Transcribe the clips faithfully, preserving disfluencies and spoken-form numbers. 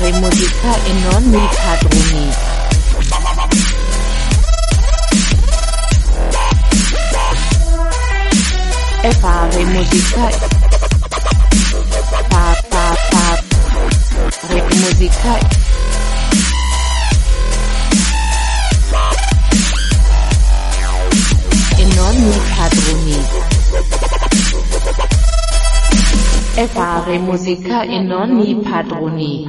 fare musica e non i padroni. E fare musica fa fa fa fare musica e non i padroni. E fare musica e non i padroni.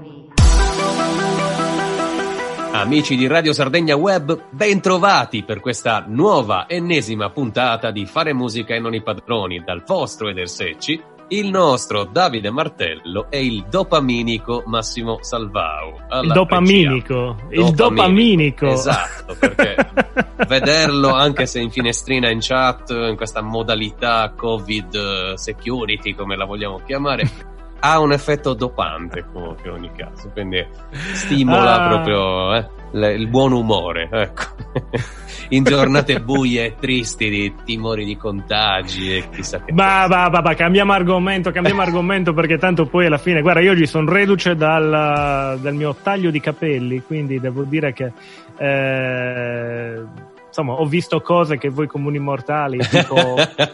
Amici di Radio Sardegna Web, bentrovati per questa nuova ennesima puntata di Fare musica e non i padroni, dal vostro Eder Secci, il nostro Davide Martello e il dopaminico Massimo Salvau. Il dopaminico, regia. il dopaminico. Esatto, perché vederlo anche se in finestrina in chat, in questa modalità Covid security, come la vogliamo chiamare, ha un effetto dopante comunque in ogni caso, quindi stimola ah. proprio eh, le, il buon umore, ecco. In giornate buie e tristi di timori di contagi e chissà che bah, bah, bah, bah, cambiamo argomento cambiamo argomento perché tanto poi alla fine, guarda, io oggi sono reduce dal, dal mio taglio di capelli, quindi devo dire che eh, insomma ho visto cose che voi comuni mortali tipo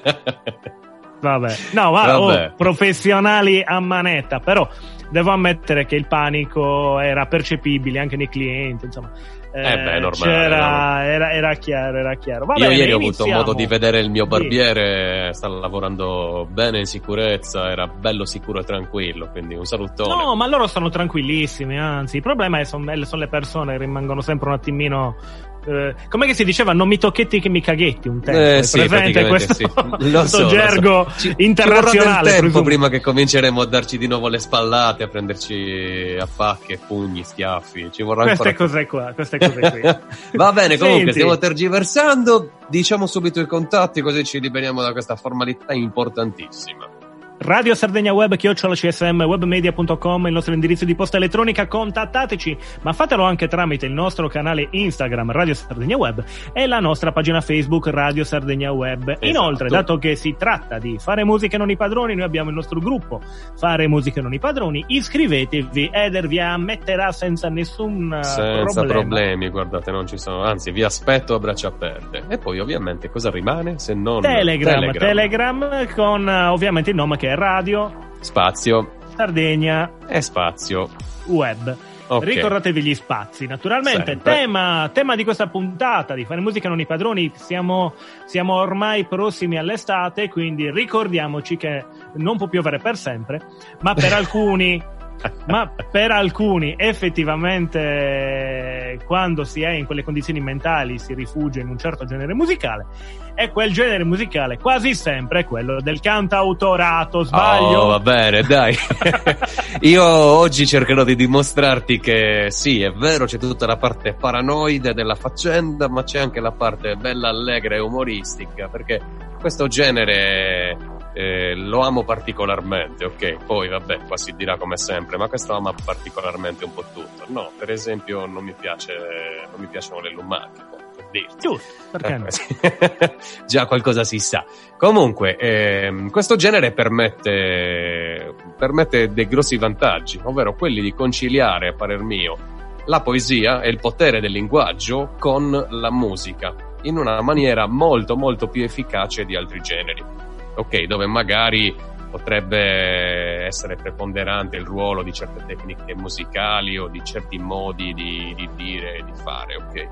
vabbè no ma oh, professionali a manetta, però devo ammettere che il panico era percepibile anche nei clienti, insomma. Eh, eh beh, normale, c'era, era, era chiaro, era chiaro. Va Io bene, ieri ho iniziamo. avuto modo di vedere il mio barbiere, sta lavorando bene in sicurezza, era bello sicuro e tranquillo, quindi un salutone. No, ma loro sono tranquillissimi, anzi, il problema è sono, sono le persone, rimangono sempre un attimino... Eh, com'è che si diceva? Non mi tocchetti che mi caghetti un tempo. Eh, sì, presente questo, sì. Lo questo so, gergo lo so. Ci, internazionale. Ci vorrà del tempo presumo. prima che cominceremo a darci di nuovo le spallate, a prenderci a pacche, pugni, schiaffi. Ci vorrà queste ancora... cose qua, queste cose qui. Va bene, comunque Senti. stiamo tergiversando. Diciamo subito i contatti, così ci liberiamo da questa formalità importantissima. Radio Sardegna Web, chiocciola C S M, webmedia punto com, il nostro indirizzo di posta elettronica, contattateci, ma fatelo anche tramite il nostro canale Instagram Radio Sardegna Web e la nostra pagina Facebook Radio Sardegna Web. Esatto. Inoltre, dato che si tratta di Fare musica e non i padroni, noi abbiamo il nostro gruppo Fare musica e non i padroni, iscrivetevi, Eder vi ammetterà senza nessun senza problema. problemi, guardate, non ci sono, anzi vi aspetto a braccia aperte. E poi ovviamente cosa rimane se non Telegram, Telegram, Telegram con ovviamente il nome che è Radio Spazio Sardegna e Spazio Web. Okay. Ricordatevi gli spazi, naturalmente. Tema, tema di questa puntata di Fare musica non i padroni, siamo, siamo ormai prossimi all'estate, quindi ricordiamoci che non può piovere per sempre, ma per alcuni ma per alcuni effettivamente quando si è in quelle condizioni mentali si rifugia in un certo genere musicale, e quel genere musicale quasi sempre è quello del cantautorato. Sbaglio? Oh, va bene, dai. Io oggi cercherò di dimostrarti che sì, è vero, c'è tutta la parte paranoide della faccenda, ma c'è anche la parte bella, allegra e umoristica, perché questo genere Eh, lo amo particolarmente, ok? Poi vabbè, qua si dirà come sempre, ma questo ama particolarmente un po' tutto. No, per esempio non mi piace, non mi piacciono le lumache, per dirti. Giusto, perché no? Già qualcosa si sa. Comunque, ehm, questo genere permette, permette dei grossi vantaggi, ovvero quelli di conciliare, a parer mio, la poesia e il potere del linguaggio con la musica, in una maniera molto molto più efficace di altri generi. Ok, dove magari potrebbe essere preponderante il ruolo di certe tecniche musicali o di certi modi di, di dire e di fare, ok?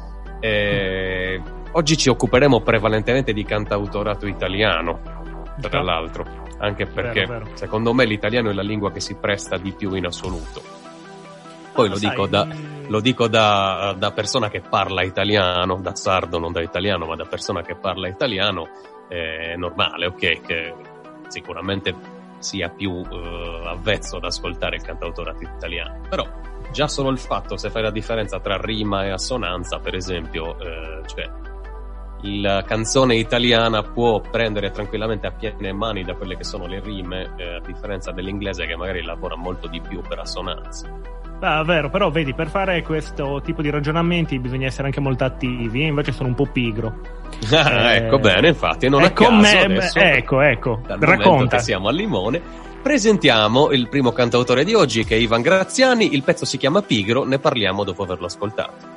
E oggi ci occuperemo prevalentemente di cantautorato italiano, tra l'altro, anche perché vero, vero. secondo me l'italiano è la lingua che si presta di più in assoluto. Poi lo dico, da, lo dico da, da persona che parla italiano, da sardo, non da italiano, ma da persona che parla italiano. È normale, ok, che sicuramente sia più uh, avvezzo ad ascoltare il cantautorato italiano, però già solo il fatto, se fai la differenza tra rima e assonanza, per esempio, eh, cioè la canzone italiana può prendere tranquillamente a piene mani da quelle che sono le rime, eh, a differenza dell'inglese che magari lavora molto di più per assonanza. Ah, vero, però vedi, per fare questo tipo di ragionamenti bisogna essere anche molto attivi, invece sono un po' pigro. Ah, eh, ecco bene, infatti, non a caso me, adesso, ecco, ecco, dal racconta. momento che siamo al limone, presentiamo il primo cantautore di oggi, che è Ivan Graziani. Il pezzo si chiama Pigro, ne parliamo dopo averlo ascoltato.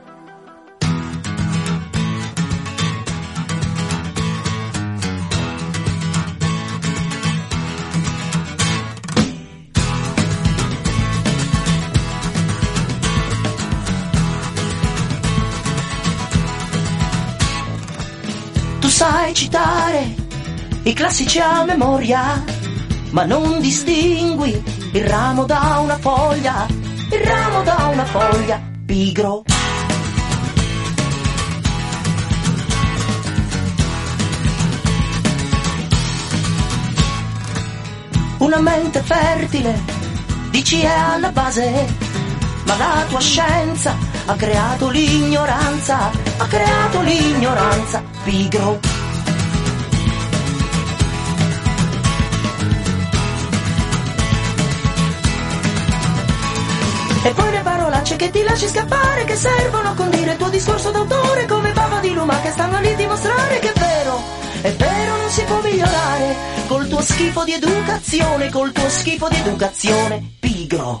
Sai citare i classici a memoria, ma non distingui il ramo da una foglia, il ramo da una foglia, pigro. Una mente fertile, dici è alla base, ma la tua scienza ha creato l'ignoranza, ha creato l'ignoranza, pigro. E poi le parolacce che ti lasci scappare, che servono a condire il tuo discorso d'autore, come bava di luma che stanno lì a dimostrare che è vero, è vero, non si può migliorare, col tuo schifo di educazione, col tuo schifo di educazione, pigro.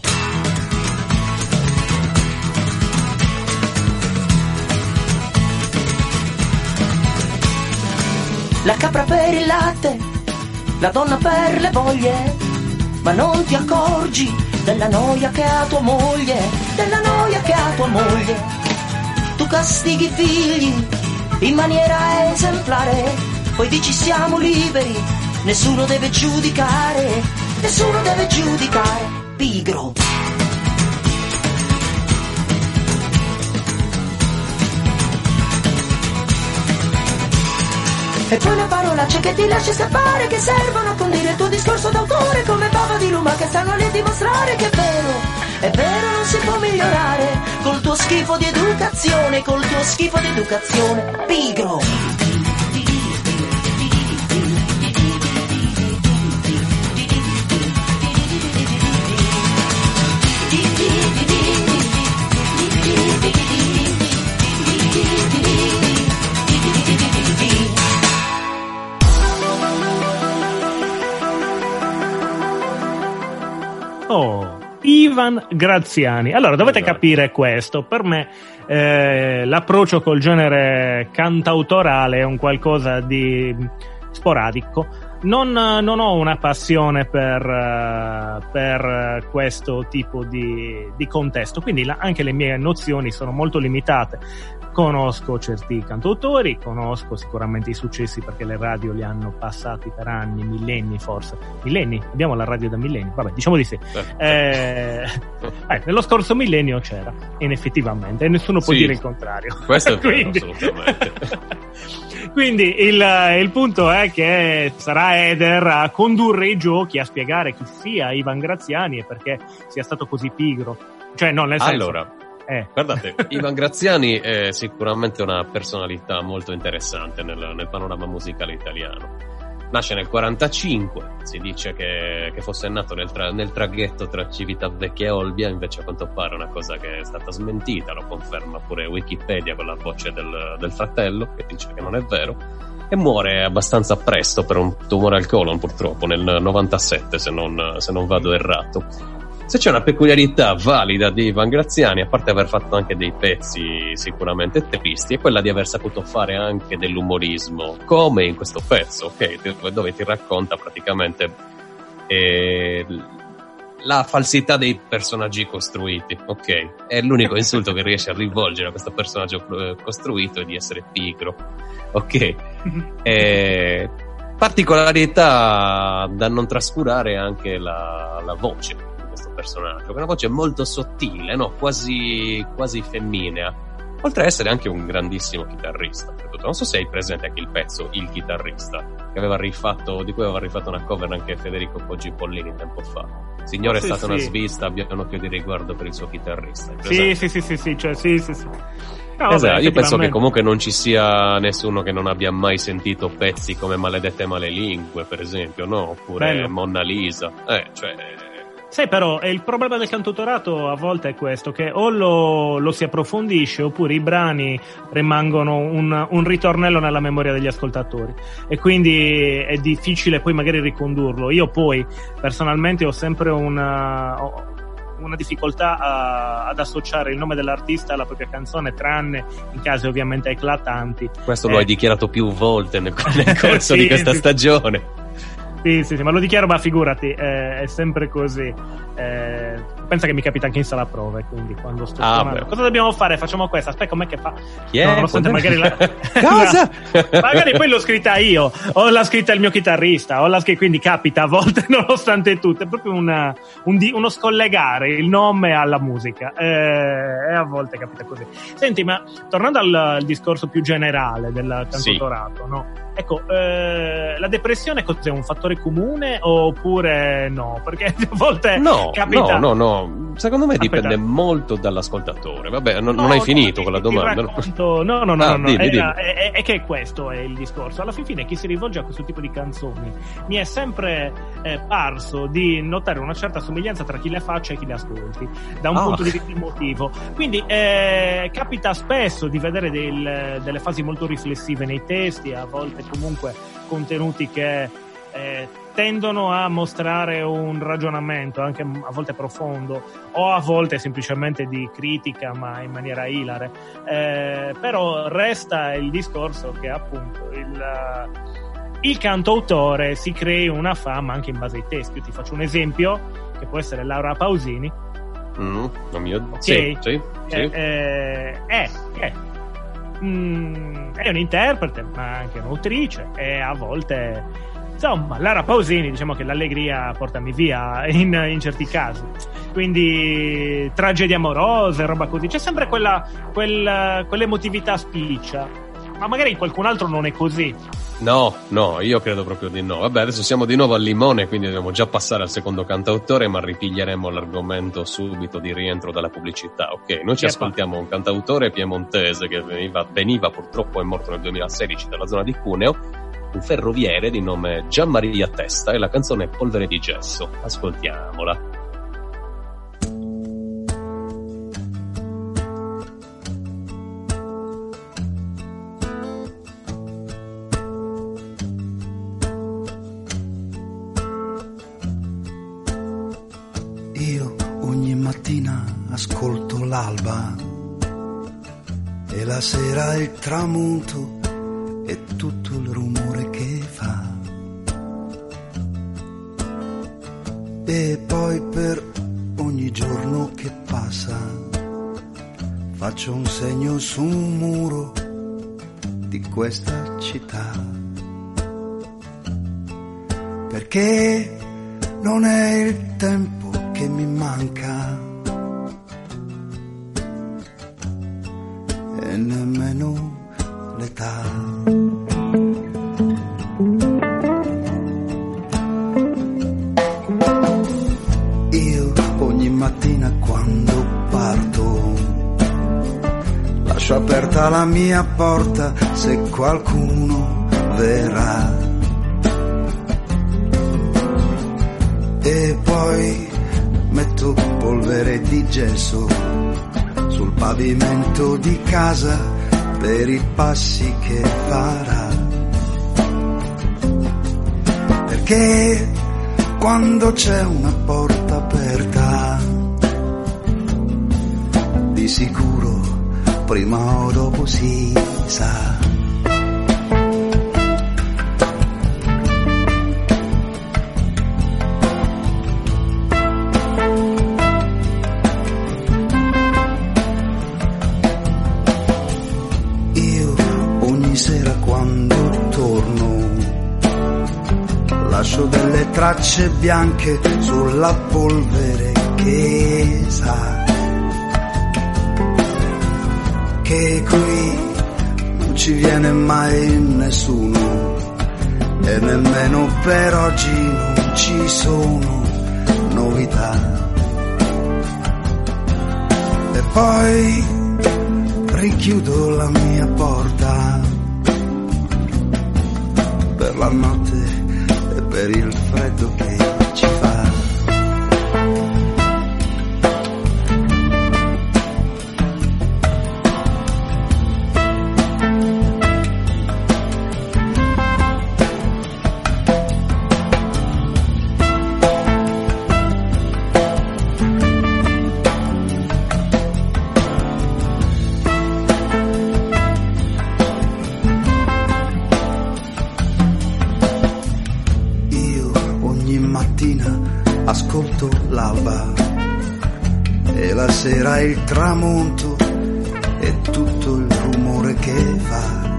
La capra per il latte, la donna per le voglie, ma non ti accorgi della noia che ha tua moglie, della noia che ha tua moglie. Tu castighi i figli in maniera esemplare, poi dici siamo liberi, nessuno deve giudicare, nessuno deve giudicare, pigro. E poi le parolacce che ti lasci scappare, che servono a condire il tuo discorso d'autore, come bava di luma che stanno lì a dimostrare che è vero, è vero, non si può migliorare, col tuo schifo di educazione, col tuo schifo di educazione, pigro. Oh, Ivan Graziani. Allora, dovete esatto. capire questo. Per me eh, l'approccio col genere cantautorale è un qualcosa di sporadico. Non, non ho una passione per, uh, per questo tipo di, di contesto, quindi la, anche le mie nozioni sono molto limitate. Conosco certi cantautori, conosco sicuramente i successi perché le radio li hanno passati per anni, millenni forse. Millenni? Abbiamo la radio da millenni? Vabbè, diciamo di sì. Eh, eh, nello scorso millennio c'era, effettivamente, e nessuno può sì, dire il contrario. Questo è vero, quindi, assolutamente. Quindi il, il punto è che sarà Eder a condurre i giochi, a spiegare chi sia Ivan Graziani e perché sia stato così pigro. Cioè, no, nel senso... Allora... Eh. Guardate, Ivan Graziani è sicuramente una personalità molto interessante nel, nel panorama musicale italiano. Nasce nel quarantacinque, si dice che, che fosse nato nel, tra, nel traghetto tra Civitavecchia e Olbia, invece a quanto pare è una cosa che è stata smentita, lo conferma pure Wikipedia con la voce del, del fratello, che dice che non è vero, e muore abbastanza presto per un tumore al colon, purtroppo, nel novantasette, se non, se non vado errato. Se c'è una peculiarità valida di Ivan Graziani, a parte aver fatto anche dei pezzi sicuramente tristi, è quella di aver saputo fare anche dell'umorismo, come in questo pezzo, ok, dove ti racconta praticamente eh, la falsità dei personaggi costruiti, ok? È l'unico insulto che riesce a rivolgere a questo personaggio costruito è di essere pigro, ok? E particolarità da non trascurare anche la, la voce personaggio, che è una voce molto sottile, no? quasi quasi femminea, oltre a essere anche un grandissimo chitarrista. Non so se hai presente anche il pezzo Il chitarrista, che aveva rifatto, di cui aveva rifatto una cover anche Federico Poggi Pollini tempo fa. Signore, sì, è stata sì. una svista, abbia un occhio di riguardo per il suo chitarrista. Sì, sì, sì, sì, sì, cioè, sì, sì, sì. No, esatto, vabbè, io penso che comunque non ci sia nessuno che non abbia mai sentito pezzi come Maledette male lingue, per esempio, no? Oppure Bello. Monna Lisa, eh, cioè Sai, però il problema del cantautorato a volte è questo, che o lo, lo si approfondisce oppure i brani rimangono un, un ritornello nella memoria degli ascoltatori e quindi è difficile poi magari ricondurlo. Io poi personalmente ho sempre una, una difficoltà a, ad associare il nome dell'artista alla propria canzone, tranne in casi ovviamente eclatanti. Questo eh, lo hai dichiarato più volte nel, nel corso sì, di questa sì. stagione. Sì, sì, sì, ma lo dichiaro, ma figurati, eh, è sempre così. Eh, pensa che mi capita anche in sala prove, quindi quando sto ah, suonando, cosa dobbiamo fare? Facciamo questa, aspetta, com'è che fa? Chi è? Nonostante magari la... Cosa? la... magari poi l'ho scritta io, o l'ha scritta il mio chitarrista, o l'ha scritta, quindi capita a volte, nonostante tutto, è proprio una, un di... uno scollegare il nome alla musica, eh, e a volte capita così. Senti, ma tornando al, al discorso più generale del cantautorato, sì. no? Ecco, eh, la depressione cos'è? Un fattore comune oppure no? Perché a volte no, capita... No, no, no, secondo me Aspetta. dipende molto dall'ascoltatore. Vabbè, non, no, non hai no, finito con la domanda. Racconto... No, no, no, ah, no, no. dimmi, È, dimmi. è, è che questo è il discorso. Alla fin fine chi si rivolge a questo tipo di canzoni mi è sempre eh, parso di notare una certa somiglianza tra chi le faccia e chi le ascolti, da un ah. punto di vista emotivo. Quindi eh, capita spesso di vedere del, delle fasi molto riflessive nei testi, a volte comunque contenuti che eh, tendono a mostrare un ragionamento anche a volte profondo o a volte semplicemente di critica ma in maniera ilare, eh, però resta il discorso che appunto il, il cantautore si crei una fama anche in base ai testi. Io ti faccio un esempio che può essere Laura Pausini. Mm, oh mio... okay. sì, sì, sì. Eh, eh, è, è Mm, è un'interprete ma anche un'autrice e a volte insomma Lara Pausini, diciamo che l'allegria portami via in, in certi casi, quindi tragedie amorose, roba così, c'è sempre quella, quella quell'emotività spiccia, ma magari qualcun altro non è così. No, no, io credo proprio di no. Vabbè, adesso siamo di nuovo al limone, quindi dobbiamo già passare al secondo cantautore, ma ripiglieremo l'argomento subito di rientro dalla pubblicità. Ok, noi ci che ascoltiamo fa? un cantautore piemontese che veniva, veniva purtroppo è morto nel duemilasedici dalla zona di Cuneo, un ferroviere di nome Gianmaria Testa, e la canzone è Polvere di gesso. Ascoltiamola. Ascolto l'alba e la sera il tramonto e tutto il rumore che fa, e poi per ogni giorno che passa faccio un segno su un muro di questa città, perché non è il tempo che mi manca e nemmeno l'età. Io ogni mattina quando parto lascio aperta la mia porta se qualcuno verrà, e poi metto polvere di gesso sul pavimento di casa per i passi che farà, perché quando c'è una porta aperta di sicuro prima o dopo si sa. Delle tracce bianche sulla polvere che sa che qui non ci viene mai nessuno e nemmeno per oggi non ci sono novità, e poi richiudo la mia porta per la notte, per il freddo che ci fa. ogni mattina ascolto l'alba e la sera il tramonto e tutto il rumore che fa.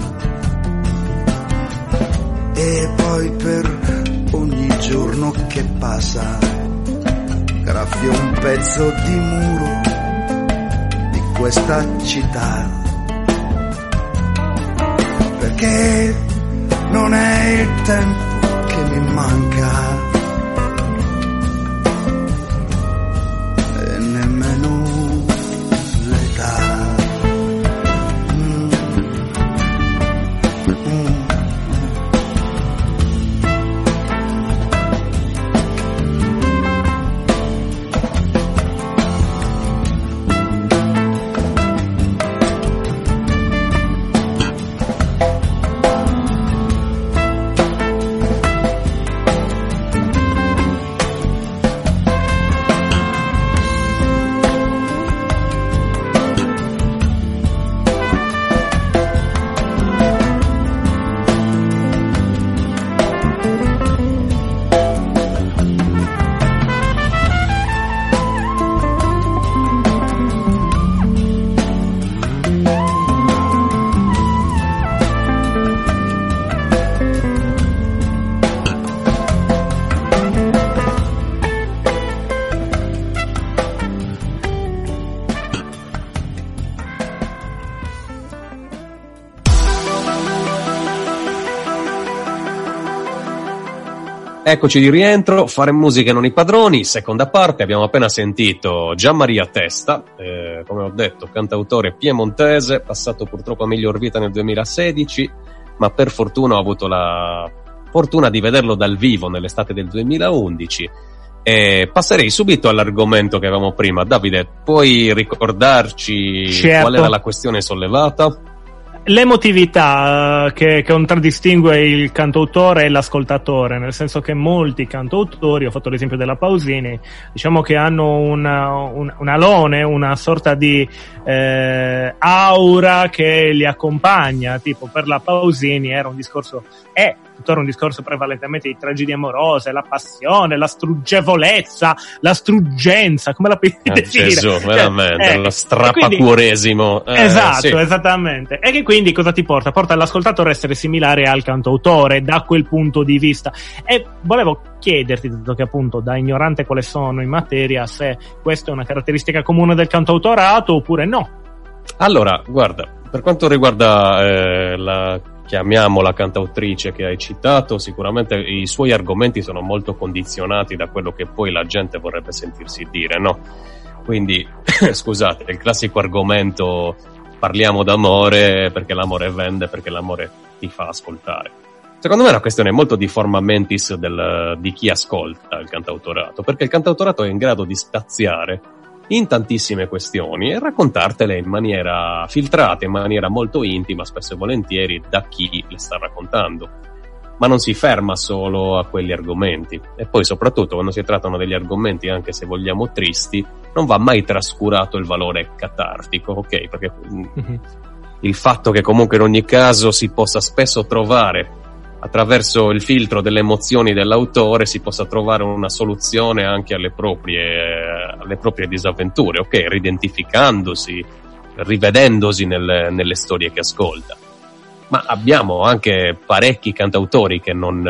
E poi per ogni giorno che passa graffio un pezzo di muro di questa città, perché non è il tempo che mi manca e nemmeno l'età. Mm. Mm. Eccoci di rientro, Fare musica e non i padroni, seconda parte. Abbiamo appena sentito Gianmaria Testa, eh, come ho detto, cantautore piemontese, passato purtroppo a miglior vita nel duemilasedici, ma per fortuna ho avuto la fortuna di vederlo dal vivo nell'estate del duemilaundici. E passerei subito all'argomento che avevamo prima. Davide, puoi ricordarci certo. qual era la questione sollevata? L'emotività uh, che, che contraddistingue il cantautore e l'ascoltatore, nel senso che molti cantautori, ho fatto l'esempio della Pausini, diciamo che hanno una, un, un alone, una sorta di eh, aura che li accompagna. Tipo, per la Pausini era un discorso, è tuttora un discorso prevalentemente di tragedie amorose, la passione, la struggevolezza, la struggenza, come la puoi eh, definire? Gesù, veramente, eh, lo strappacuoresimo. Eh, esatto, sì. Esattamente. E che quindi cosa ti porta? Porta l'ascoltatore a essere similare al cantautore da quel punto di vista. E volevo chiederti, dato che appunto da ignorante quale sono in materia, se questa è una caratteristica comune del cantautorato oppure no. Allora, guarda, per quanto riguarda eh, la chiamiamola cantautrice che hai citato, sicuramente i suoi argomenti sono molto condizionati da quello che poi la gente vorrebbe sentirsi dire, no? Quindi, scusate, il classico argomento parliamo d'amore perché l'amore vende, perché l'amore ti fa ascoltare. Secondo me è una questione molto di forma mentis del, di chi ascolta il cantautorato, perché il cantautorato è in grado di spaziare in tantissime questioni e raccontartele in maniera filtrata, in maniera molto intima, spesso e volentieri da chi le sta raccontando. Ma non si ferma solo a quegli argomenti. E poi soprattutto quando si trattano degli argomenti, anche se vogliamo tristi, non va mai trascurato il valore catartico, ok? Perché mm-hmm. il fatto che comunque in ogni caso si possa spesso trovare, attraverso il filtro delle emozioni dell'autore, si possa trovare una soluzione anche alle proprie, alle proprie disavventure, ok? Ridentificandosi, rivedendosi nel, nelle storie che ascolta. Ma abbiamo anche parecchi cantautori che non,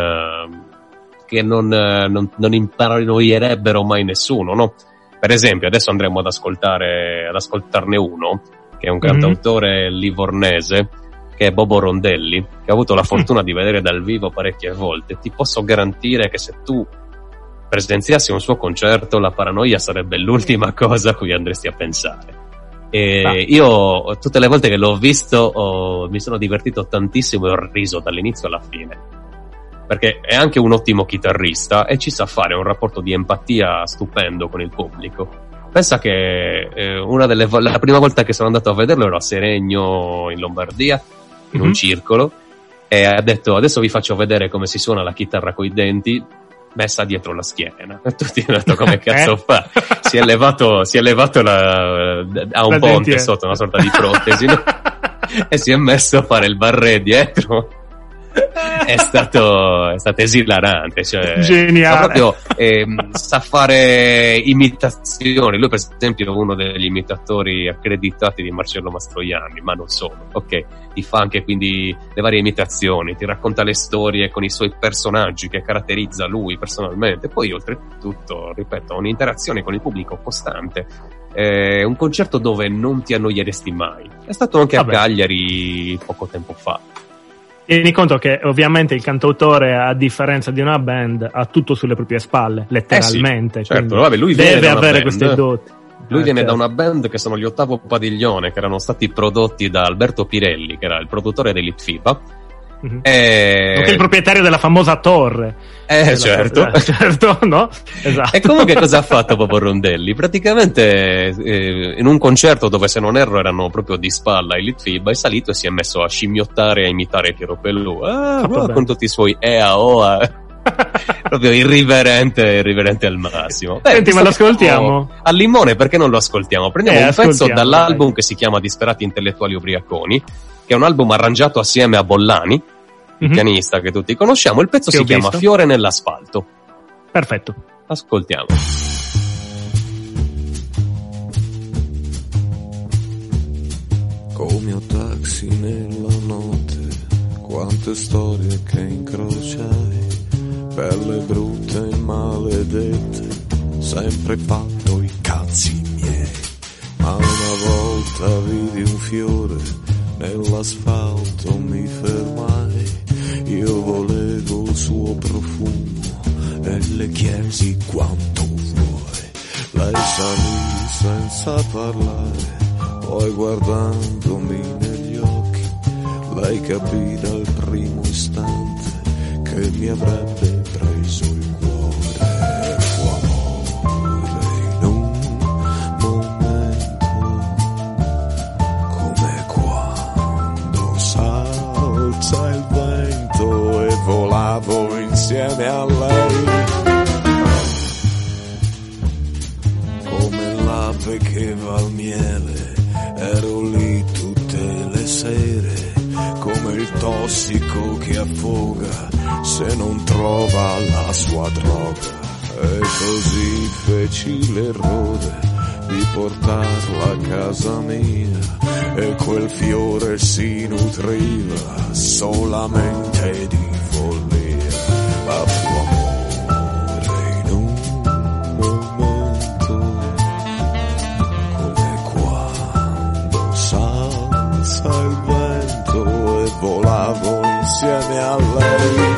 che non, non, non imparanoierebbero mai nessuno, no? Per esempio, adesso andremo ad ascoltare, ad ascoltarne uno, che è un cantautore mm-hmm. livornese, che è Bobo Rondelli, che ho avuto la fortuna di vedere dal vivo parecchie volte. Ti posso garantire che se tu presenziassi un suo concerto, la paranoia sarebbe l'ultima cosa a cui andresti a pensare. E ah. io tutte le volte che l'ho visto ho, mi sono divertito tantissimo e ho riso dall'inizio alla fine, perché è anche un ottimo chitarrista e ci sa fare un rapporto di empatia stupendo con il pubblico. Pensa che eh, una delle vo- la prima volta che sono andato a vederlo ero a Seregno in Lombardia, in mm-hmm. un circolo, e ha detto: adesso vi faccio vedere come si suona la chitarra coi denti messa dietro la schiena. E tutti hanno detto: come cazzo fa? Si è levato, si è levato la, a un la ponte dentiera. Sotto, una sorta di protesi, no? E si è messo a fare il barré dietro. è stato, è stato esilarante, cioè, geniale. Sa proprio, eh, sa fare imitazioni. Lui, per esempio, è uno degli imitatori accreditati di Marcello Mastroianni, ma non solo, ok? Ti fa anche quindi le varie imitazioni, ti racconta le storie con i suoi personaggi che caratterizza lui personalmente. Poi, oltretutto, ripeto, un'interazione con il pubblico costante. È un concerto dove non ti annoieresti mai. È stato anche Vabbè. a Cagliari poco tempo fa. Tieni conto che ovviamente il cantautore, a differenza di una band, ha tutto sulle proprie spalle, letteralmente. Eh sì, certo. quindi Vabbè, lui viene deve da una avere band. queste doti. Lui Eh, viene certo. da una band che sono gli Ottavo Padiglione, che erano stati prodotti da Alberto Pirelli, che era il produttore dell'Itfiba. Mhm. E... Nonché il proprietario della famosa torre. Eh, Della- certo. eh, certo, no? Esatto. E comunque cosa ha fatto Bobo Rondelli? Praticamente eh, in un concerto dove, se non erro, erano proprio di spalla i Litfiba, è salito e si è messo a scimmiottare e a imitare Piero Pelù. Ah, Fatto wow, bene. con tutti i suoi ea oa. Proprio irriverente, irriverente al massimo. Beh, Senti, ma lo visto che siamo ascoltiamo? Al Limone, perché non lo ascoltiamo? Prendiamo Eh, un pezzo ascoltiamo, dall'album dai. che si chiama Disperati Intellettuali Ubriaconi, che è un album arrangiato assieme a Bollani, il Mhm. pianista che tutti conosciamo. Il pezzo Che si ho chiama visto. Fiore nell'asfalto. Perfetto. Ascoltiamo. Come un taxi nella notte, quante storie che incrociai, belle, brutte e maledette, sempre fatto i cazzi miei. Ma una volta vidi un fiore nell'asfalto, mi fermai, io volevo il suo profumo e le chiesi quanto vuoi. Lei salì senza parlare, poi guardandomi negli occhi, lei capì dal primo istante che mi avrebbe preso il cuore. Fu amore in un momento, come quando salza il vento, e volavo insieme a lei, come l'ave che va al miele. Ero lì tutte le sere, come il tossico che affoga se non trova la sua droga. E così feci l'errore di portarla a casa mia, e quel fiore si nutriva solamente di follia. Ma fu amore in un momento, come quando salza il vento, e volavo insieme a lei.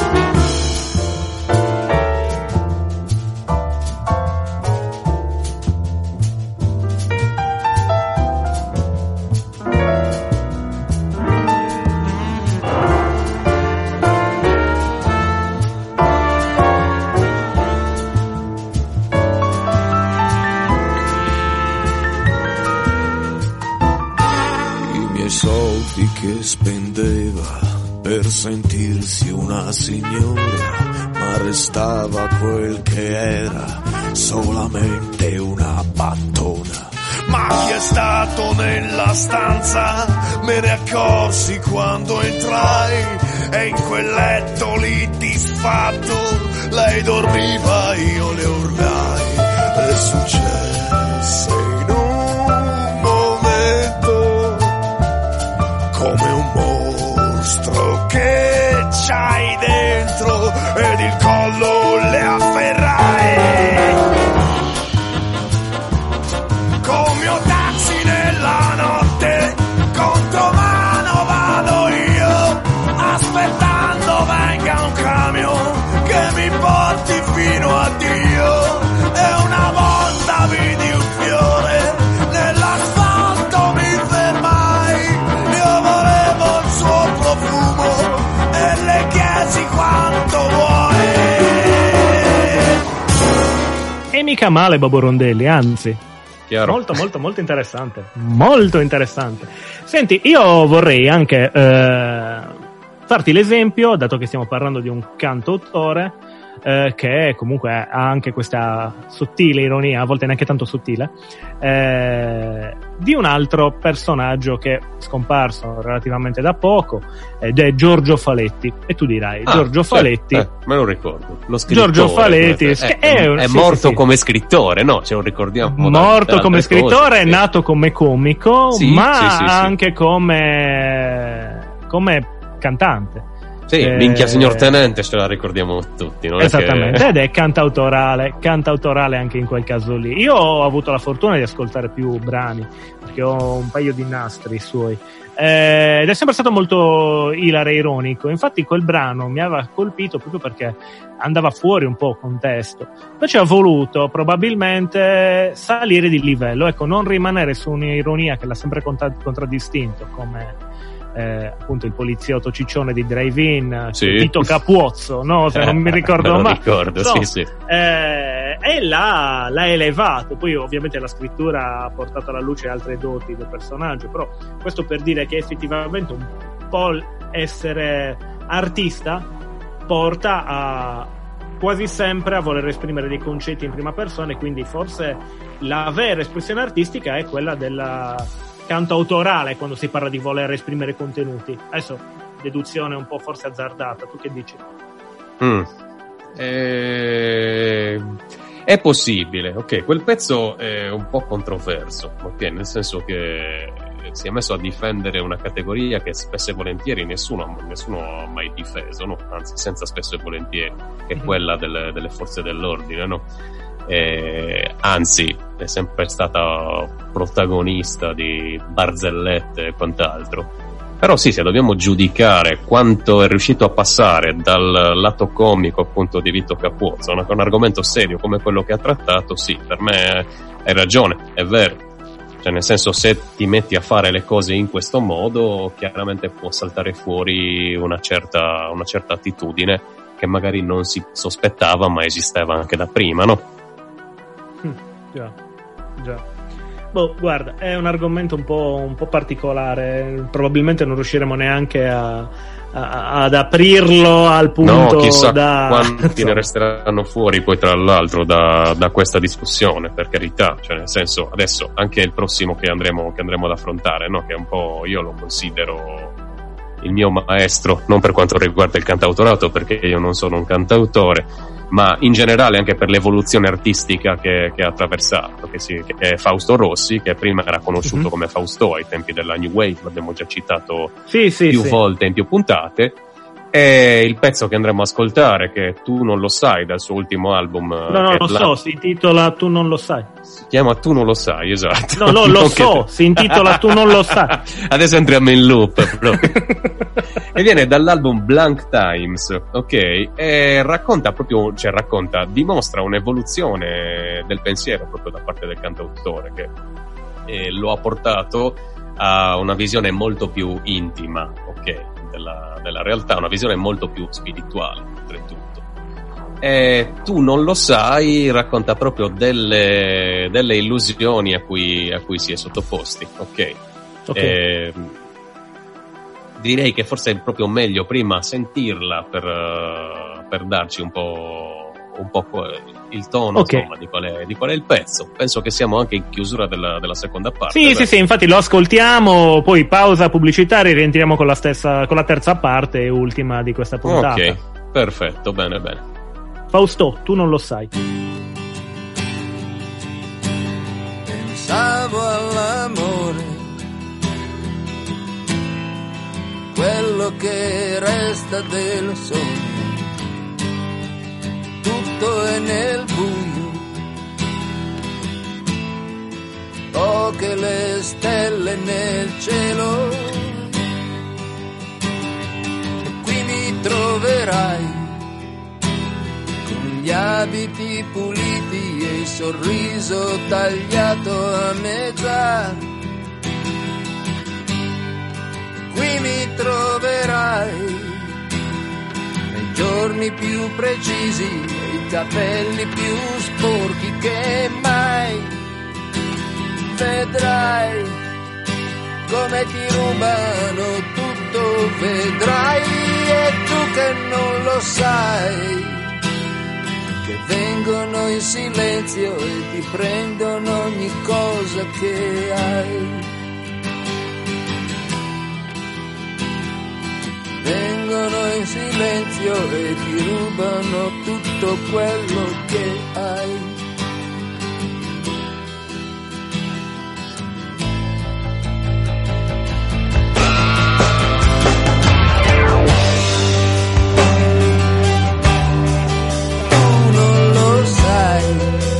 Soldi che spendeva per sentirsi una signora, ma restava quel che era, solamente una battona. Ma chi è stato nella stanza? Me ne accorsi quando entrai, e in quel letto lì disfatto lei dormiva, io le urlai. È successo in un momento, come un mostro che c'hai dentro, ed il collo le afferrai. Come un taxi nella notte, contromano vado io, aspettando venga un camion che mi porti fino a Dio. E una volta vidi un fiore nell'asfalto, mi fermai, io volevo il suo profumo e le chiesi quanto vuoi. E mica male Bobo Rondelli, anzi. Chiaro. Molto, molto, molto interessante. Molto interessante. Senti, io vorrei anche eh, farti l'esempio, dato che stiamo parlando di un cantautore, eh, che comunque ha anche questa sottile ironia, a volte neanche tanto sottile, eh, di un altro personaggio che è scomparso relativamente da poco, ed è Giorgio Faletti. E tu dirai, ah, Giorgio sì, Faletti... Eh, me lo ricordo. Lo scrittore. Giorgio Faletti eh, è, è, è, è sì, morto sì, come scrittore, no? Ce lo ricordiamo. Morto da, come scrittore, cose, è sì. nato come comico, sì, ma sì, sì, anche sì. come come cantante. Sì, eh, minchia signor Tenente, ce la ricordiamo tutti, non esattamente, è che... ed è cantautorale, cantautorale anche in quel caso lì. Io ho avuto la fortuna di ascoltare più brani, perché ho un paio di nastri suoi, eh, ed è sempre stato molto ilare e ironico. Infatti quel brano mi aveva colpito proprio perché andava fuori un po' contesto, invece ha voluto probabilmente salire di livello, ecco, non rimanere su un'ironia che l'ha sempre contra- contraddistinto come Eh, appunto il poliziotto ciccione di Drive-In, sì. Tito Capuozzo, no? Se non mi ricordo me lo mai. ricordo, no, sì, sì. Eh, e l'ha, l'ha elevato. Poi ovviamente la scrittura ha portato alla luce altre doti del personaggio, però questo per dire che effettivamente un po' essere artista porta a quasi sempre a voler esprimere dei concetti in prima persona, e quindi forse la vera espressione artistica è quella della canto autorale, quando si parla di voler esprimere contenuti. Adesso deduzione un po' forse azzardata, tu che dici? Mm. Eh, è possibile, ok, quel pezzo è un po' controverso, ok, nel senso che si è messo a difendere una categoria che spesso e volentieri nessuno, nessuno ha mai difeso, no? Anzi, senza spesso e volentieri, che è mm-hmm. quella delle, delle forze dell'ordine, no? Eh, anzi è sempre stata protagonista di barzellette e quant'altro. Però sì, se dobbiamo giudicare quanto è riuscito a passare dal lato comico appunto di Vito Capuozzo, un, un argomento serio come quello che ha trattato, sì, per me hai ragione, è vero, cioè nel senso, se ti metti a fare le cose in questo modo chiaramente può saltare fuori una certa, una certa attitudine che magari non si sospettava ma esisteva anche da prima, no? Già, già. Boh, guarda, è un argomento un po', un po' particolare. Probabilmente non riusciremo neanche a, a, ad aprirlo al punto. No, chissà da... quanti ne resteranno fuori poi tra l'altro da, da questa discussione, per carità. Cioè, nel senso, adesso anche il prossimo che andremo, che andremo ad affrontare, no? Che è un po', io lo considero il mio maestro, non per quanto riguarda il cantautorato, perché io non sono un cantautore, ma in generale anche per l'evoluzione artistica che, che ha attraversato, che, si, che è Fausto Rossi, che prima era conosciuto mm-hmm. come Fausto ai tempi della New Wave, l'abbiamo già citato sì, sì, più sì. volte in più puntate. E il pezzo che andremo a ascoltare, che Tu non lo sai, dal suo ultimo album, no no lo la... so, si intitola Tu non lo sai, si chiama Tu non lo sai, esatto. no no lo non so che... si intitola Tu non lo sai. Adesso entriamo in loop proprio. E viene dall'album Blank Times, ok, e racconta proprio, cioè racconta, dimostra un'evoluzione del pensiero proprio da parte del cantautore, che eh, lo ha portato a una visione molto più intima, ok, della, della realtà, una visione molto più spirituale oltretutto. E Tu non lo sai racconta proprio delle, delle illusioni a cui, a cui si è sottoposti, ok, okay. E, direi che forse è proprio meglio prima sentirla per, uh, per darci un po', un po' il tono, okay. Insomma, di qual è, di qual è il pezzo. Penso che siamo anche in chiusura della, della seconda parte. Sì, sì, sì, infatti lo ascoltiamo, poi pausa pubblicitaria e rientriamo con la stessa, con la terza parte e ultima di questa puntata. Ok, perfetto, bene, bene. Fausto, Tu non lo sai. Pensavo all'amore, quello che resta del sogno, tutto è nel buio, poche le stelle nel cielo, e qui mi troverai con gli abiti puliti e il sorriso tagliato a metà. Qui mi troverai nei giorni più precisi e i capelli più sporchi che mai. Vedrai come ti rubano tutto, vedrai, e tu che non lo sai, vengono in silenzio e ti prendono ogni cosa che hai. Vengono in silenzio e ti rubano tutto quello che hai. Tu non lo sai,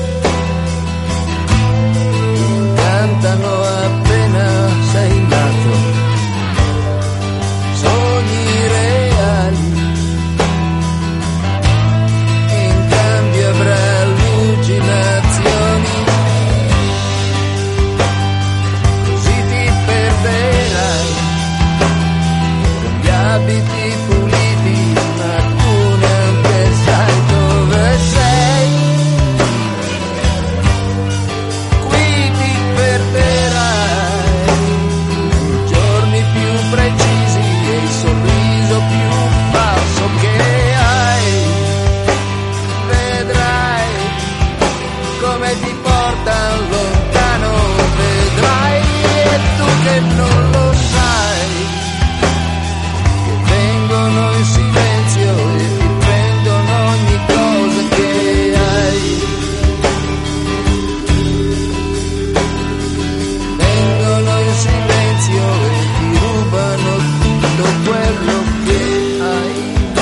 incantano appena sei nato. Abiti puliti, ma tu neanche sai dove sei. Qui ti perderai i giorni più precisi e il sorriso più falso che hai. Vedrai come ti porta lontano, vedrai, e tu che non lo sai. Vengono in silenzio e ti prendono ogni cosa che hai. Vengono in silenzio e ti rubano tutto quello che hai.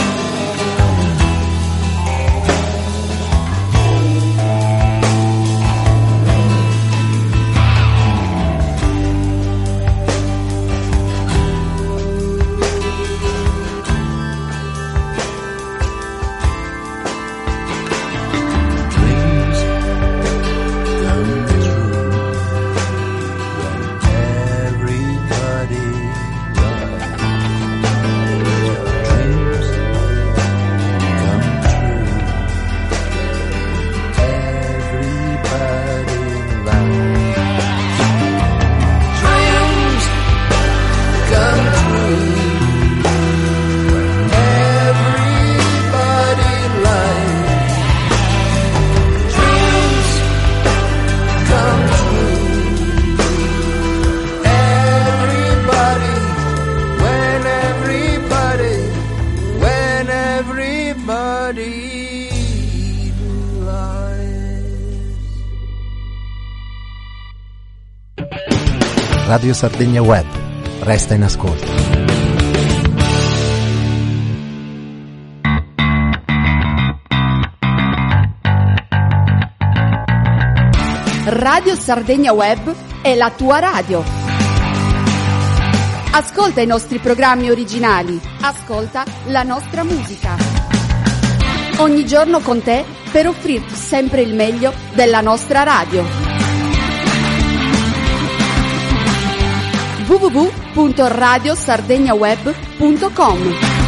Radio Sardegna Web. Resta in ascolto. Radio Sardegna Web è la tua radio. Ascolta i nostri programmi originali, ascolta la nostra musica. Ogni giorno con te per offrirti sempre il meglio della nostra radio. w w w punto radio sardegna web punto com.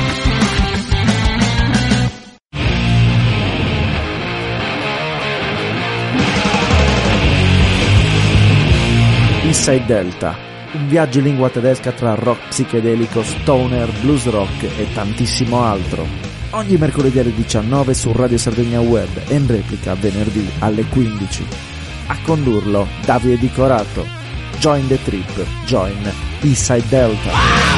Inside Delta, un viaggio in lingua tedesca tra rock psichedelico, stoner, blues rock e tantissimo altro. Ogni mercoledì alle diciannove su Radio Sardegna Web e in replica venerdì alle quindici. A condurlo Davide Di Corato. Join the trip, join Inside Delta.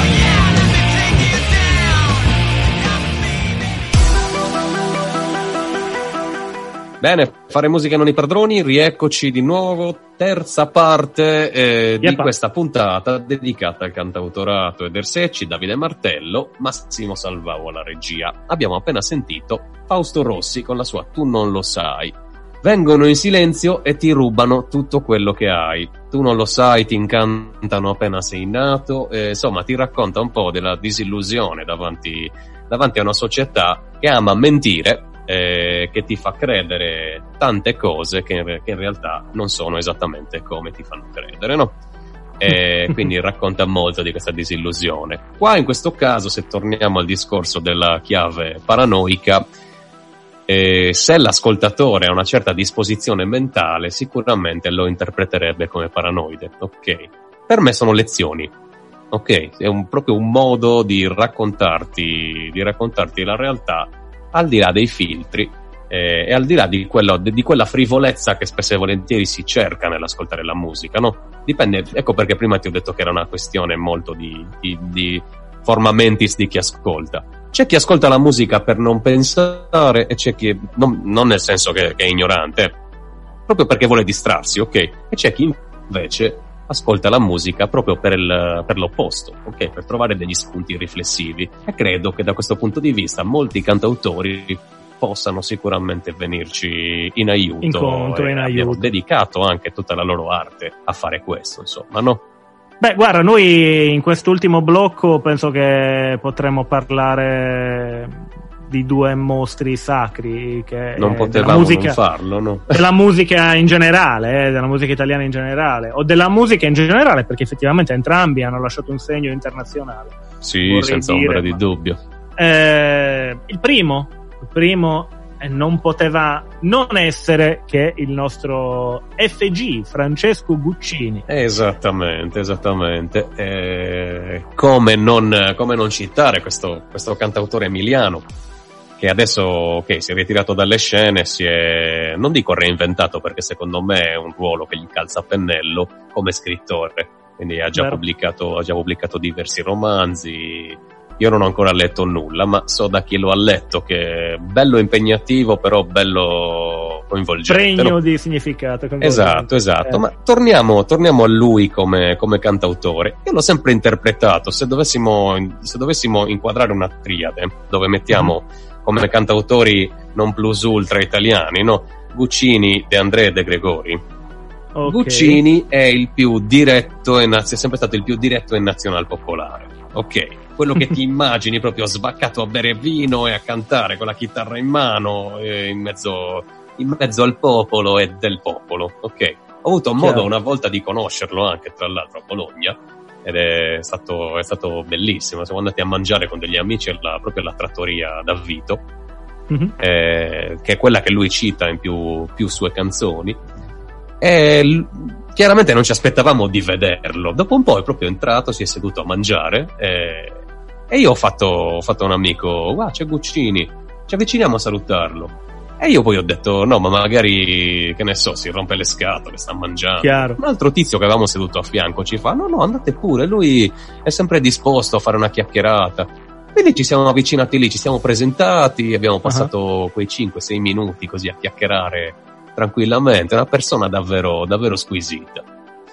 Bene, fare musica non i padroni, rieccoci di nuovo, terza parte eh, di Yeppa. questa puntata dedicata al cantautorato ed Ersecci, Davide Martello, Massimo Salvavo alla regia. Abbiamo appena sentito Fausto Rossi con la sua Tu non lo sai. Vengono in silenzio e ti rubano tutto quello che hai. Tu non lo sai, ti incantano appena sei nato, eh, insomma ti racconta un po' della disillusione davanti, davanti a una società che ama mentire, eh, che ti fa credere tante cose che in, che in realtà non sono esattamente come ti fanno credere, no? E quindi racconta molto di questa disillusione. Qua in questo caso, se torniamo al discorso della chiave paranoica, E se l'ascoltatore ha una certa disposizione mentale, sicuramente lo interpreterebbe come paranoide. Ok, per me sono lezioni. Ok, è un, proprio un modo di raccontarti, di raccontarti la realtà al di là dei filtri eh, e al di là di, quello, di quella frivolezza che spesso e volentieri si cerca nell'ascoltare la musica, no? Dipende, ecco perché prima ti ho detto che era una questione molto di, di, di forma mentis di chi ascolta. C'è chi ascolta la musica per non pensare e c'è chi, non, non nel senso che, che è ignorante, proprio perché vuole distrarsi, ok? E c'è chi invece ascolta la musica proprio per, il, per l'opposto, ok? Per trovare degli spunti riflessivi. E credo che da questo punto di vista molti cantautori possano sicuramente venirci in aiuto. Incontro, in aiuto. Abbiamo dedicato anche tutta la loro arte a fare questo, insomma, no? Beh, guarda, noi in quest'ultimo blocco penso che potremmo parlare di due mostri sacri che non potevamo musica, non farlo, no? Della musica in generale, eh, della musica italiana in generale, o della musica in generale, perché effettivamente entrambi hanno lasciato un segno internazionale. Sì, senza dire, ombra di dubbio. Eh, il primo, il primo non poteva non essere che il nostro F G, Francesco Guccini. Esattamente, esattamente. Eh, come non, come non citare questo, questo cantautore emiliano che adesso okay, si è ritirato dalle scene, si è, non dico reinventato perché secondo me è un ruolo che gli calza a pennello come scrittore, quindi ha già Vero. pubblicato, ha già pubblicato diversi romanzi. Io non ho ancora letto nulla, ma so da chi lo ha letto che è bello impegnativo, però bello coinvolgente. Pregno no? di significato. Esatto, esatto. Eh. Ma torniamo, torniamo a lui come, come cantautore. Io l'ho sempre interpretato. Se dovessimo, se dovessimo inquadrare una triade dove mettiamo mm-hmm. come cantautori non plus ultra italiani, no? Guccini, De André e De Gregori. Okay. Guccini è il più diretto e naz- è sempre stato il più diretto e nazional popolare. Ok. Quello che ti immagini proprio sbaccato a bere vino e a cantare con la chitarra in mano eh, in mezzo in mezzo al popolo e del popolo, ok? Ho avuto modo Chiaro. una volta di conoscerlo anche tra l'altro a Bologna ed è stato, è stato bellissimo. Siamo andati a mangiare con degli amici alla, proprio alla trattoria da Vito mm-hmm. eh, che è quella che lui cita in più, più sue canzoni e l- chiaramente non ci aspettavamo di vederlo. Dopo un po' è proprio entrato, si è seduto a mangiare e E io ho fatto, ho fatto un amico, guarda c'è Guccini, ci avviciniamo a salutarlo. E io poi ho detto, no ma magari, che ne so, si rompe le scatole, sta mangiando. Chiaro. Un altro tizio che avevamo seduto a fianco ci fa, no no andate pure, lui è sempre disposto a fare una chiacchierata. Quindi ci siamo avvicinati lì, ci siamo presentati, abbiamo passato uh-huh. quei cinque sei minuti così a chiacchierare tranquillamente, una persona davvero, davvero squisita.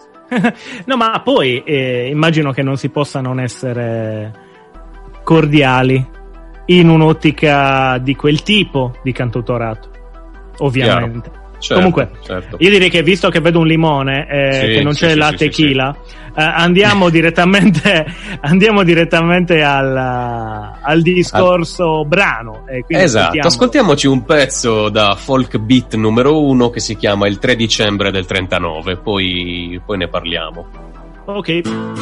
No ma poi eh, immagino che non si possa non essere cordiali in un'ottica di quel tipo di cantautorato, ovviamente. Certo, Comunque certo. io direi che visto che vedo un limone eh, sì, che non sì, c'è sì, la sì, tequila sì, sì. Eh, andiamo direttamente andiamo direttamente al, al discorso al... brano e quindi esatto, ascoltiamo... ascoltiamoci un pezzo da folk beat numero uno che si chiama Il tre dicembre del trentanove, poi, poi ne parliamo. Ok.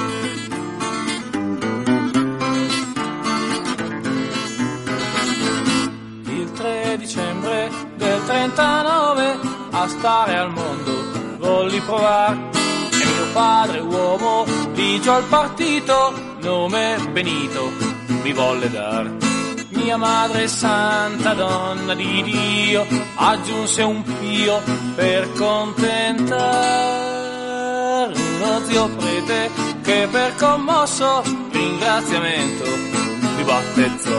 Dicembre del trentanove a stare al mondo volli provare e mio padre uomo ligio al partito nome Benito mi volle dar. Mia madre santa donna di Dio aggiunse un pio per contentar uno zio prete che per commosso ringraziamento mi battezzò.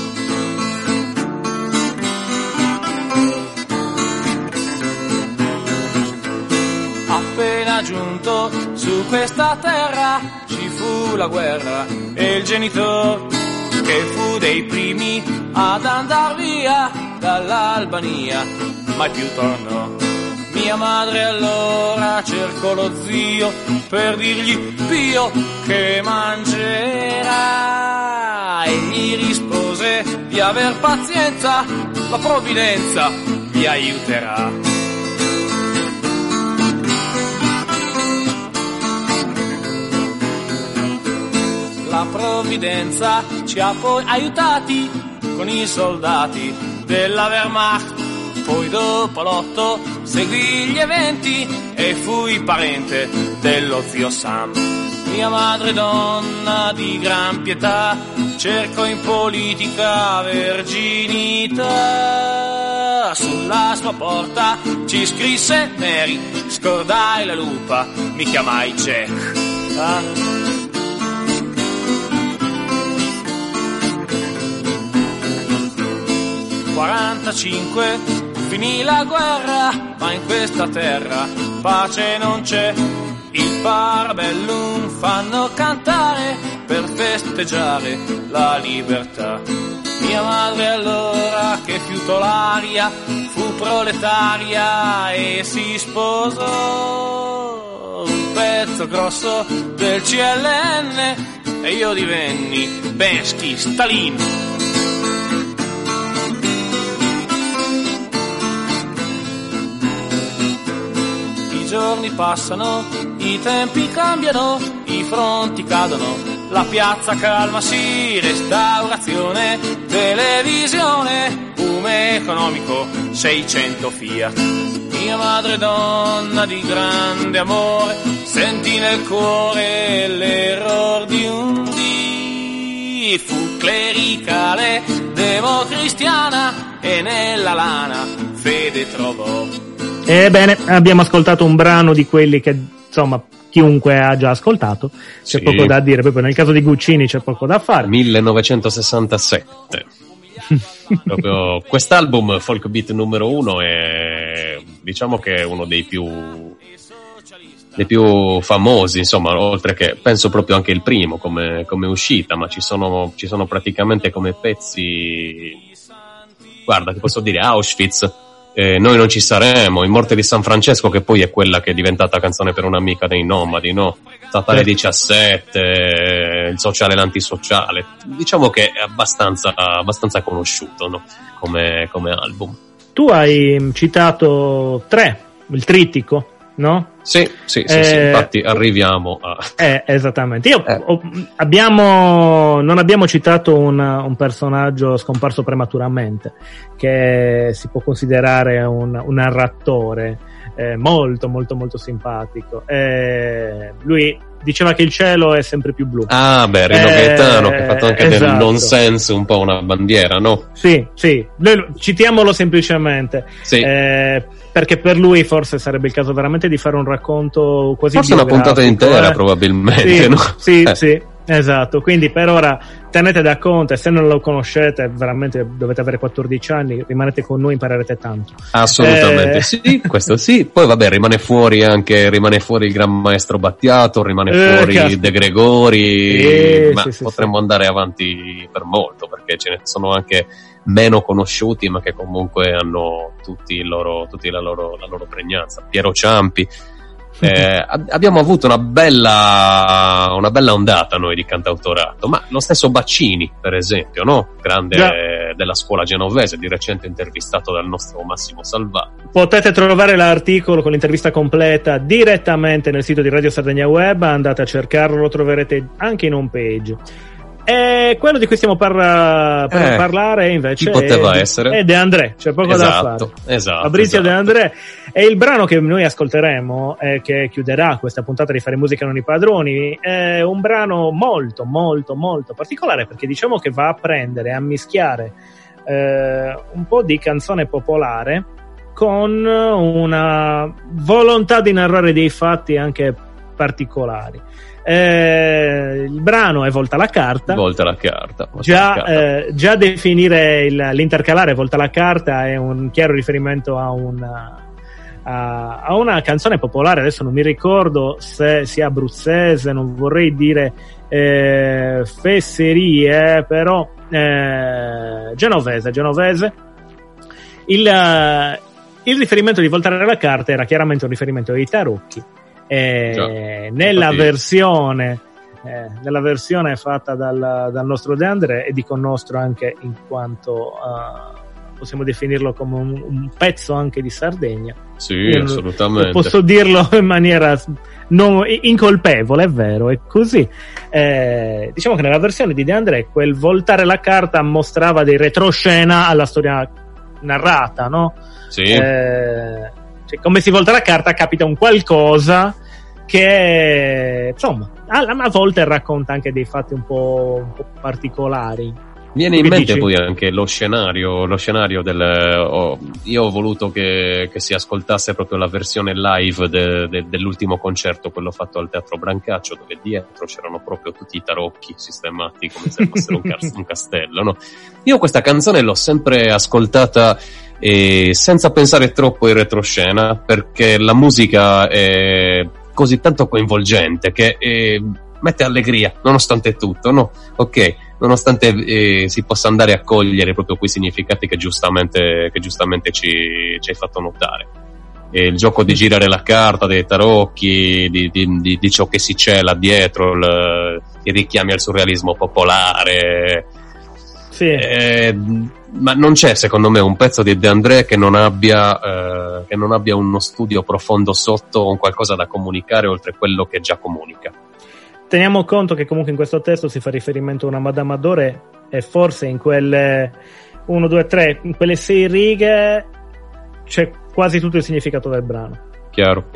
Appena giunto su questa terra ci fu la guerra e il genitor che fu dei primi ad andar via dall'Albania mai più tornò. Mia madre allora cercò lo zio per dirgli Pio che mangerà e gli rispose di aver pazienza, la provvidenza vi aiuterà. La provvidenza ci ha poi aiutati con i soldati della Wehrmacht. Poi dopo l'otto seguì gli eventi e fui parente dello zio Sam. Mia madre donna di gran pietà cercò in politica verginità sulla sua porta ci scrisse Mary, scordai la lupa, mi chiamai Jack. Ah. quarantacinque finì la guerra, ma in questa terra pace non c'è. Il Parabellum fanno cantare per festeggiare la libertà. Mia madre allora, che fiutò l'aria, fu proletaria e si sposò. Un pezzo grosso del C L N e io divenni Bensky Stalin. I giorni passano, i tempi cambiano, i fronti cadono, la piazza calmasi, restaurazione, televisione, boom economico, seicento Fiat. Mia madre donna di grande amore, sentì nel cuore l'error di un dì. Fu clericale, democristiana e nella lana fede trovò. Ebbene, abbiamo ascoltato un brano di quelli che, insomma, chiunque ha già ascoltato. C'è sì. poco da dire, proprio nel caso di Guccini c'è poco da fare. millenovecentosessantasette Proprio quest'album, Folk Beat numero uno, è, diciamo che è uno dei più dei più famosi, insomma, oltre che penso proprio anche il primo come, come uscita, ma ci sono, ci sono praticamente come pezzi, guarda, ti posso dire Auschwitz, Eh, Noi non ci saremo, In morte di San Francesco, che poi è quella che è diventata canzone per un'amica dei Nomadi, no? Statale diciassette, eh, Il sociale e l'antisociale. Diciamo che è abbastanza, abbastanza conosciuto, no? Come, come album. Tu hai citato tre, il trittico, no? Sì, sì, sì, eh, sì, infatti arriviamo a... Eh, esattamente. Io, eh. ho, abbiamo, non abbiamo citato un, un personaggio scomparso prematuramente, che si può considerare un, un narratore eh, molto, molto, molto simpatico. Eh, lui diceva che il cielo è sempre più blu. Ah, beh, Rino eh, Gaetano, che ha fatto anche esatto. del nonsense un po' una bandiera, no? Sì, sì. Noi, citiamolo semplicemente. Sì. Eh, perché per lui forse sarebbe il caso veramente di fare un racconto quasi forse una puntata intera, eh? probabilmente, sì, no? Sì, eh. sì, esatto. Quindi per ora tenete da conto, e se non lo conoscete veramente dovete avere quattordici anni, rimanete con noi, imparerete tanto. Assolutamente eh... sì, questo sì. Poi vabbè, rimane fuori anche rimane fuori il Gran Maestro Battiato, rimane eh, fuori caspita. De Gregori, eh, ma sì, potremmo sì, andare avanti per molto, perché ce ne sono anche meno conosciuti, ma che comunque hanno tutti il loro, tutti la loro, la loro pregnanza. Piero Ciampi. Eh, ab- abbiamo avuto una bella una bella ondata noi di cantautorato, ma lo stesso Baccini, per esempio, no? Grande Già. della scuola genovese, di recente intervistato dal nostro Massimo Salvato. Potete trovare l'articolo con l'intervista completa direttamente nel sito di Radio Sardegna Web, andate a cercarlo, lo troverete anche in home page. E quello di cui stiamo par- per eh, parlare invece chi poteva è, essere? è De André, c'è poco esatto, da fare. Esatto, Fabrizio esatto. De André, e il brano che noi ascolteremo e che chiuderà questa puntata di Fare Musica Non i Padroni è un brano molto molto molto particolare, perché diciamo che va a prendere, a mischiare eh, un po' di canzone popolare con una volontà di narrare dei fatti anche particolari. Eh, il brano è Volta la carta. Volta la carta. Volta Già, la carta. Eh, già definire il, l'intercalare Volta la carta è un chiaro riferimento a una, a, a una canzone popolare. Adesso non mi ricordo se sia abruzzese, non vorrei dire eh, fesserie, però eh, genovese, genovese. Il, uh, il riferimento di Voltare la carta era chiaramente un riferimento ai tarocchi. Eh, Già, nella infatti... versione eh, nella versione fatta dal, dal nostro De André, e dico nostro anche in quanto uh, possiamo definirlo come un, un pezzo anche di Sardegna. Sì, Io assolutamente. Posso dirlo in maniera non incolpevole, è vero, è così. Eh, diciamo che nella versione di De André quel voltare la carta mostrava dei retroscena alla storia narrata, no? Sì. Eh, cioè, come si volta la carta capita un qualcosa che insomma a, a volte racconta anche dei fatti un po', un po' particolari. Viene in mente poi anche lo scenario, lo scenario del... Oh, io ho voluto che, che si ascoltasse proprio la versione live de, de, dell'ultimo concerto, quello fatto al Teatro Brancaccio, dove dietro c'erano proprio tutti i tarocchi sistemati come se fossero un, car- un castello, no? Io questa canzone l'ho sempre ascoltata eh, senza pensare troppo in retroscena, perché la musica è così tanto coinvolgente che eh, mette allegria, nonostante tutto, no? Ok. Nonostante eh, si possa andare a cogliere proprio quei significati che giustamente, che giustamente ci, ci hai fatto notare. E il gioco di girare la carta, dei tarocchi, di, di, di, di ciò che si cela dietro, il, i richiami al surrealismo popolare. Sì. Eh, ma non c'è, secondo me, un pezzo di De André che non abbia, eh, che non abbia uno studio profondo sotto o un qualcosa da comunicare oltre quello che già comunica. Teniamo conto che comunque in questo testo si fa riferimento a una Madame Adore e forse in quelle uno, due, tre, in quelle sei righe c'è quasi tutto il significato del brano. Chiaro.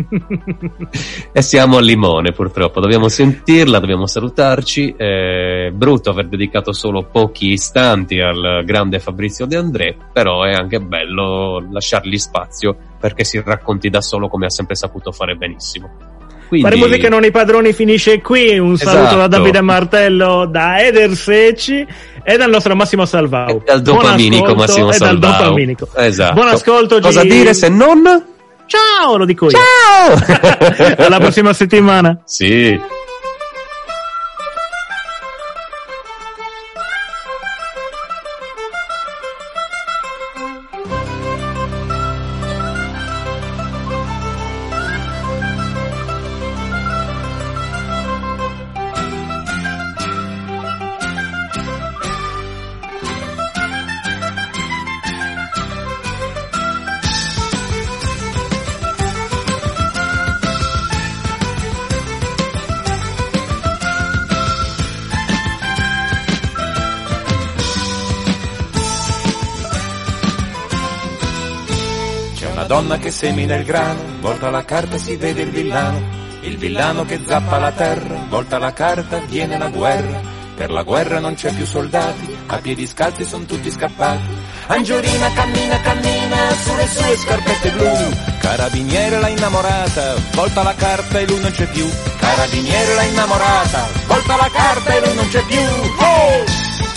E siamo al limone, purtroppo. Dobbiamo sentirla, dobbiamo salutarci. È brutto aver dedicato solo pochi istanti al grande Fabrizio De André, però è anche bello lasciargli spazio perché si racconti da solo, come ha sempre saputo fare benissimo. Quindi... Fare musica non i padroni finisce qui. Un saluto esatto. da Davide Martello, da Eder Secci e dal nostro Massimo Salvau. E dal dopaminico Massimo Salvau. E dal dopaminico. Esatto. Buon ascolto. Cosa G... dire se non... Ciao, lo dico io. Ciao! Alla prossima settimana. Sì. Donna che semina il grano, volta la carta e si vede il villano, il villano che zappa la terra, volta la carta viene la guerra, per la guerra non c'è più soldati, a piedi scalzi son tutti scappati. Angiolina cammina cammina sulle sue scarpette blu, carabiniere l'ha innamorata, volta la carta e lui non c'è più, carabiniere l'ha innamorata, volta la carta e lui non c'è più. Oh!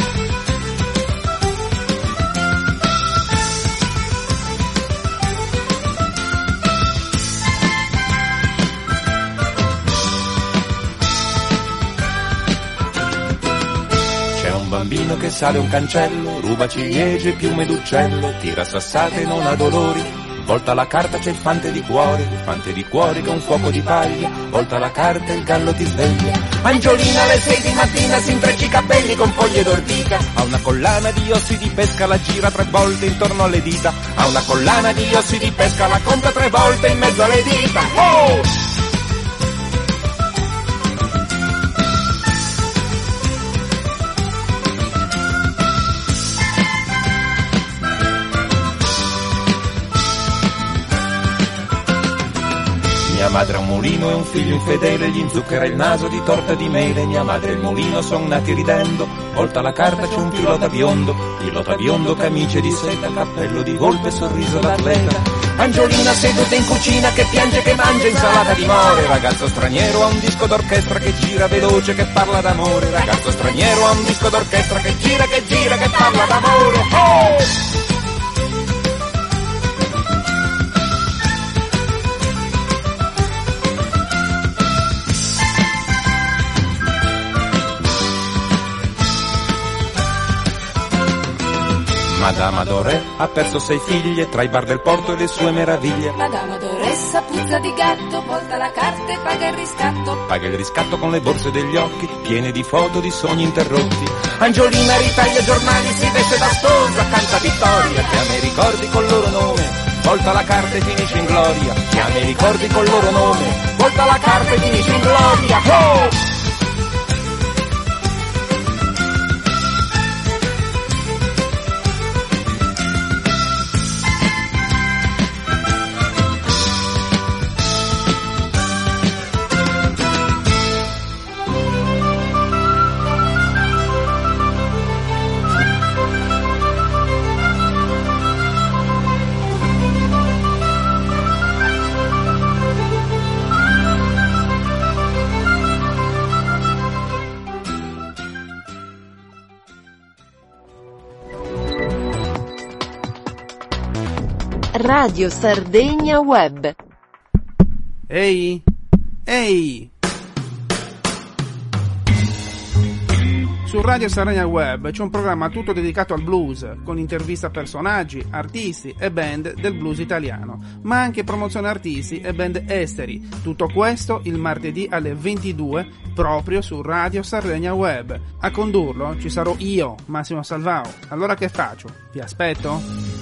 Bambino che sale un cancello, ruba ciliegie, piume d'uccello, tira sassate e non ha dolori, volta la carta c'è il fante di cuore, il fante di cuore che è un fuoco di paglia, volta la carta e il gallo ti sveglia. Angiolina alle sei di mattina si intreccia i capelli con foglie d'ortica, ha una collana di ossi di pesca, la gira tre volte intorno alle dita, ha una collana di ossi di pesca, la conta tre volte in mezzo alle dita. Oh! Mia madre ha un mulino e un figlio infedele, gli inzucchera il naso di torta di mele. Mia madre e il mulino son nati ridendo, volta la carta c'è un pilota biondo, pilota biondo, camicie di seta, cappello di volpe, sorriso d'atleta. Angiolina seduta in cucina che piange che mangia insalata di more, ragazzo straniero ha un disco d'orchestra che gira veloce che parla d'amore, ragazzo straniero ha un disco d'orchestra che gira che gira che parla d'amore. Oh! Madame Adore ha perso sei figlie tra i bar del porto e le sue meraviglie. Madame Adoressa puzza di gatto, volta la carta e paga il riscatto. Paga il riscatto con le borse degli occhi, piene di foto di sogni interrotti. Angiolina ritaglia giornali, si veste da sposa, canta vittoria, chiama i ricordi col loro nome. Volta la carta e finisce in gloria, chiama i ricordi col loro nome. Volta la carta e finisce in gloria. Oh! Radio Sardegna Web. Ehi, ehi! Su Radio Sardegna Web c'è un programma tutto dedicato al blues, con interviste a personaggi, artisti e band del blues italiano, ma anche promozione artisti e band esteri. Tutto questo il martedì alle ventidue, proprio su Radio Sardegna Web. A condurlo ci sarò io, Massimo Salvao. Allora che faccio? Vi aspetto?